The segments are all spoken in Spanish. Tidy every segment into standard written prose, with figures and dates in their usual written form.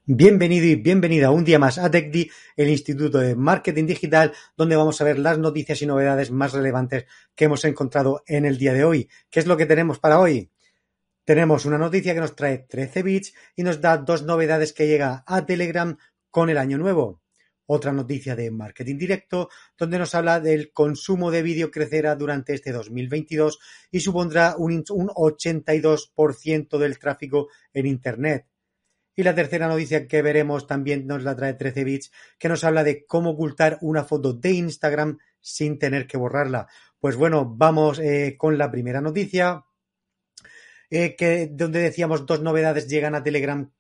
Bienvenido y bienvenida un día más a TechDi, el Instituto de Marketing Digital, donde vamos a ver las noticias y novedades más relevantes que hemos encontrado en el día de hoy. ¿Qué es lo que tenemos para hoy? Tenemos una noticia que nos trae 13 bits y nos da dos novedades que llega a Telegram con el año nuevo. Otra noticia de marketing directo, donde nos habla del consumo de vídeo crecerá durante este 2022 y supondrá un 82% del tráfico en Internet. Y la tercera noticia que veremos también nos la trae 13 bits, que nos habla de cómo ocultar una foto de Instagram sin tener que borrarla. Pues bueno, vamos con la primera noticia, donde decíamos dos novedades llegan a Telegram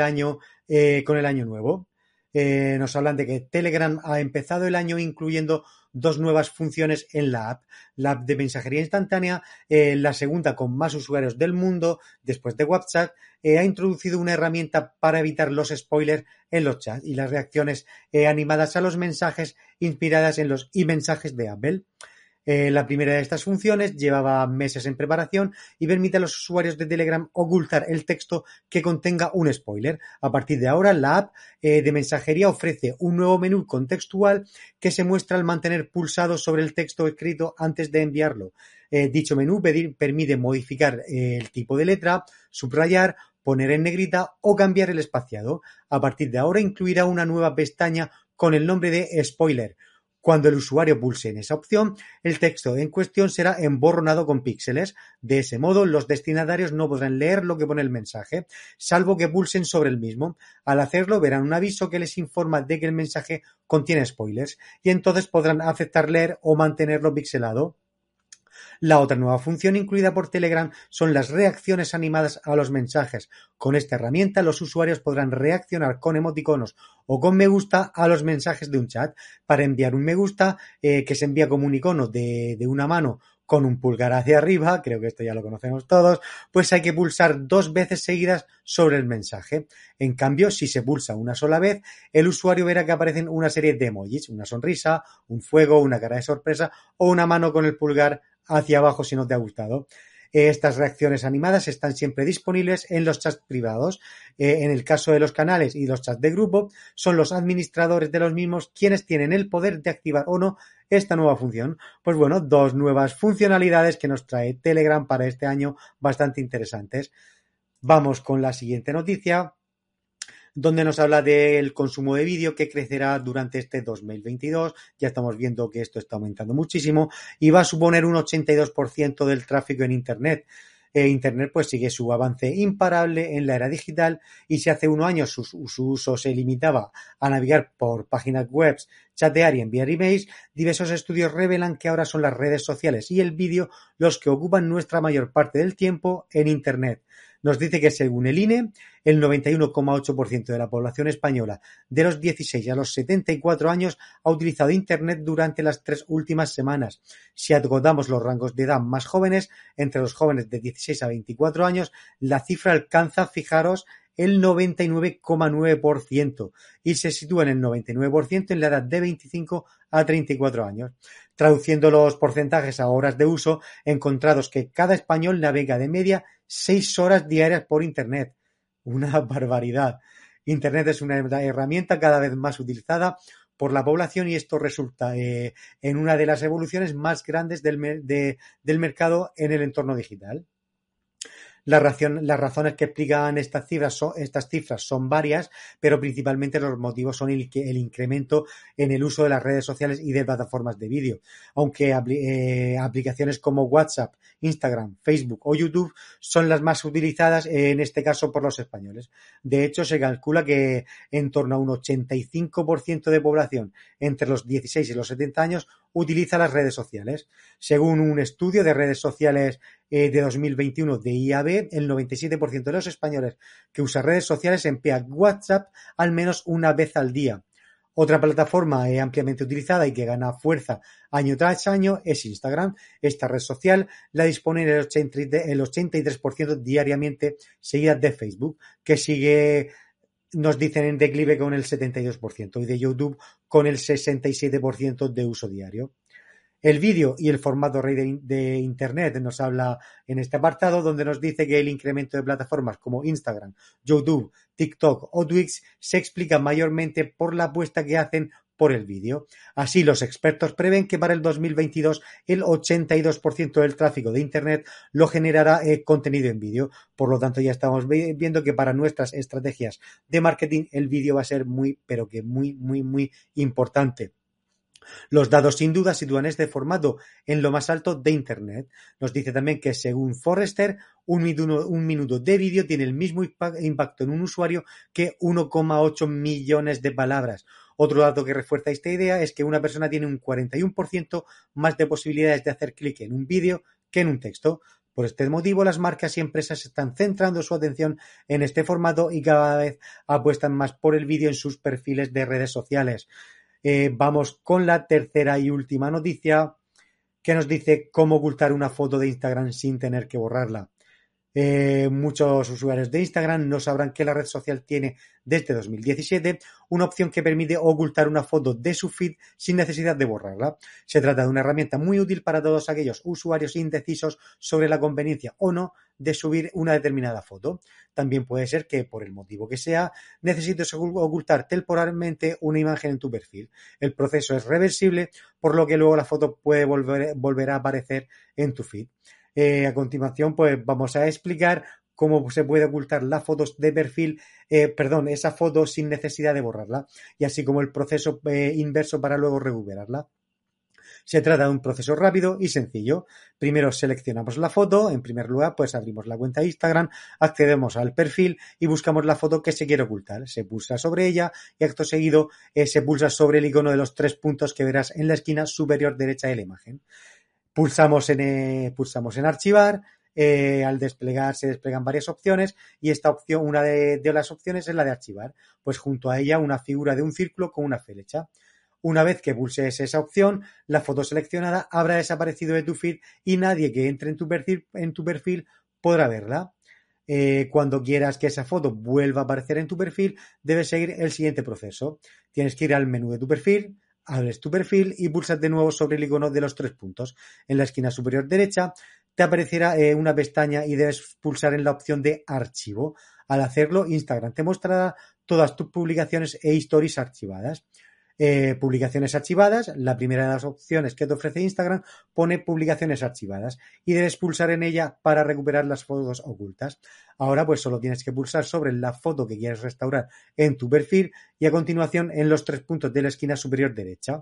con el año nuevo. Nos hablan de que Telegram ha empezado el año incluyendo dos nuevas funciones en la app de mensajería instantánea, la segunda con más usuarios del mundo, después de WhatsApp, ha introducido una herramienta para evitar los spoilers en los chats y las reacciones animadas a los mensajes inspiradas en los mensajes de Apple. La primera de estas funciones llevaba meses en preparación y permite a los usuarios de Telegram ocultar el texto que contenga un spoiler. A partir de ahora, la app de mensajería ofrece un nuevo menú contextual que se muestra al mantener pulsado sobre el texto escrito antes de enviarlo. Dicho menú permite modificar el tipo de letra, subrayar, poner en negrita o cambiar el espaciado. A partir de ahora incluirá una nueva pestaña con el nombre de spoiler. Cuando el usuario pulse en esa opción, el texto en cuestión será emborronado con píxeles. De ese modo, los destinatarios no podrán leer lo que pone el mensaje, salvo que pulsen sobre el mismo. Al hacerlo, verán un aviso que les informa de que el mensaje contiene spoilers y entonces podrán aceptar leer o mantenerlo pixelado. La otra nueva función incluida por Telegram son las reacciones animadas a los mensajes. Con esta herramienta, los usuarios podrán reaccionar con emoticonos o con me gusta a los mensajes de un chat. Para enviar un me gusta, que se envía como un icono de una mano con un pulgar hacia arriba, creo que esto ya lo conocemos todos, pues hay que pulsar 2 veces seguidas sobre el mensaje. En cambio, si se pulsa una sola vez, el usuario verá que aparecen una serie de emojis, una sonrisa, un fuego, una cara de sorpresa o una mano con el pulgar hacia abajo si no te ha gustado. Estas reacciones animadas están siempre disponibles en los chats privados. En el caso de los canales y los chats de grupo, son los administradores de los mismos quienes tienen el poder de activar o no esta nueva función. Pues bueno, dos nuevas funcionalidades que nos trae Telegram para este año bastante interesantes. Vamos con la siguiente noticia, donde nos habla del consumo de vídeo que crecerá durante este 2022. Ya estamos viendo que esto está aumentando muchísimo y va a suponer un 82% del tráfico en Internet. Internet pues sigue su avance imparable en la era digital y si hace unos años su uso se limitaba a navegar por páginas web, chatear y enviar emails, diversos estudios revelan que ahora son las redes sociales y el vídeo los que ocupan nuestra mayor parte del tiempo en Internet. Nos dice que según el INE, el 91,8% de la población española de los 16 a los 74 años ha utilizado Internet durante las 3 últimas semanas. Si acotamos los rangos de edad más jóvenes, entre los jóvenes de 16 a 24 años, la cifra alcanza, fijaros, el 99,9% y se sitúa en el 99% en la edad de 25 a 34 años. Traduciendo los porcentajes a horas de uso, encontrados que cada español navega de media 6 horas diarias por Internet. Una barbaridad. Internet es una herramienta cada vez más utilizada por la población y esto resulta en una de las evoluciones más grandes del mercado en el entorno digital. Las razones que explican estas cifras son varias, pero principalmente los motivos son el incremento en el uso de las redes sociales y de plataformas de vídeo. Aunque aplicaciones como WhatsApp, Instagram, Facebook o YouTube son las más utilizadas en este caso por los españoles. De hecho, se calcula que en torno a un 85% de población entre los 16 y los 70 años utiliza las redes sociales. Según un estudio de redes sociales de 2021 de IAB, el 97% de los españoles que usan redes sociales emplean WhatsApp al menos una vez al día. Otra plataforma ampliamente utilizada y que gana fuerza año tras año es Instagram. Esta red social la dispone el 83% diariamente, seguida de Facebook, que sigue, nos dicen, en declive con el 72%, y de YouTube con el 67% de uso diario. El vídeo y el formato rey de Internet nos habla en este apartado, donde nos dice que el incremento de plataformas como Instagram, YouTube, TikTok o Twitch se explica mayormente por la apuesta que hacen por el vídeo. Así, los expertos prevén que para el 2022 el 82% del tráfico de Internet lo generará contenido en vídeo. Por lo tanto, ya estamos viendo que para nuestras estrategias de marketing el vídeo va a ser muy, pero que muy importante. Los datos sin duda sitúan este formato en lo más alto de Internet. Nos dice también que según Forrester, un minuto de vídeo tiene el mismo impacto en un usuario que 1,8 millones de palabras. Otro dato que refuerza esta idea es que una persona tiene un 41% más de posibilidades de hacer clic en un vídeo que en un texto. Por este motivo, las marcas y empresas están centrando su atención en este formato y cada vez apuestan más por el vídeo en sus perfiles de redes sociales. Vamos con la tercera y última noticia que nos dice cómo ocultar una foto de Instagram sin tener que borrarla. Muchos usuarios de Instagram no sabrán que la red social tiene desde 2017 una opción que permite ocultar una foto de su feed sin necesidad de borrarla. Se trata de una herramienta muy útil para todos aquellos usuarios indecisos sobre la conveniencia o no de subir una determinada foto. También puede ser que, por el motivo que sea, necesites ocultar temporalmente una imagen en tu perfil. El proceso es reversible, por lo que luego la foto puede volver a aparecer en tu feed. A continuación, pues vamos a explicar cómo se puede ocultar las fotos de perfil, esa foto sin necesidad de borrarla, y así como el proceso inverso para luego recuperarla. Se trata de un proceso rápido y sencillo. Primero seleccionamos la foto, en primer lugar pues abrimos la cuenta de Instagram, accedemos al perfil y buscamos la foto que se quiere ocultar. Se pulsa sobre ella y acto seguido se pulsa sobre el icono de los 3 puntos que verás en la esquina superior derecha de la imagen. Pulsamos en archivar, al desplegar se desplegan varias opciones y esta opción, una de las opciones es la de archivar, pues junto a ella una figura de un círculo con una flecha. Una vez que pulses esa opción, la foto seleccionada habrá desaparecido de tu feed y nadie que entre en tu perfil podrá verla. Cuando quieras que esa foto vuelva a aparecer en tu perfil, debes seguir el siguiente proceso. Tienes que ir al menú de tu perfil, abres tu perfil y pulsas de nuevo sobre el icono de los 3 puntos. En la esquina superior derecha te aparecerá una pestaña y debes pulsar en la opción de archivo. Al hacerlo, Instagram te mostrará todas tus publicaciones e stories archivadas. Publicaciones archivadas, la primera de las opciones que te ofrece Instagram pone publicaciones archivadas y debes pulsar en ella para recuperar las fotos ocultas. Ahora pues solo tienes que pulsar sobre la foto que quieres restaurar en tu perfil y a continuación en los 3 puntos de la esquina superior derecha.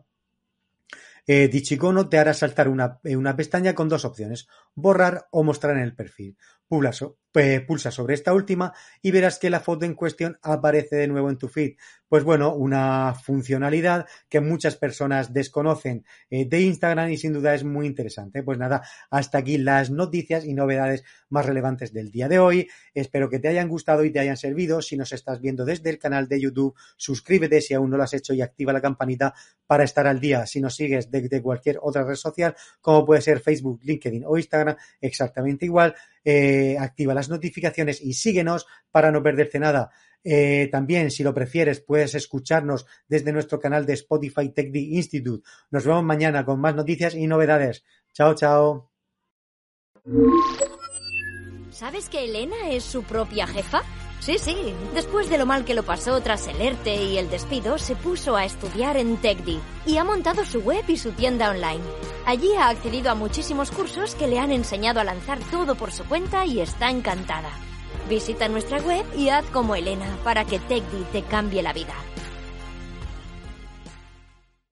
Dicho icono te hará saltar una pestaña con 2 opciones, borrar o mostrar en el perfil. Pulsa sobre esta última y verás que la foto en cuestión aparece de nuevo en tu feed. Pues bueno, una funcionalidad que muchas personas desconocen de Instagram y sin duda es muy interesante. Pues nada, hasta aquí las noticias y novedades más relevantes del día de hoy. Espero que te hayan gustado y te hayan servido. Si nos estás viendo desde el canal de YouTube, suscríbete si aún no lo has hecho y activa la campanita para estar al día. Si nos sigues desde cualquier otra red social, como puede ser Facebook, LinkedIn o Instagram, exactamente igual. Activa las notificaciones y síguenos para no perderte nada. También, si lo prefieres, puedes escucharnos desde nuestro canal de Spotify TechD Institute. Nos vemos mañana con más noticias y novedades. Chao, chao. ¿Sabes que Elena es su propia jefa? Sí, después de lo mal que lo pasó tras el ERTE y el despido, se puso a estudiar en TechD y ha montado su web y su tienda online. Allí ha accedido a muchísimos cursos que le han enseñado a lanzar todo por su cuenta y está encantada. Visita nuestra web y haz como Elena para que TechD te cambie la vida.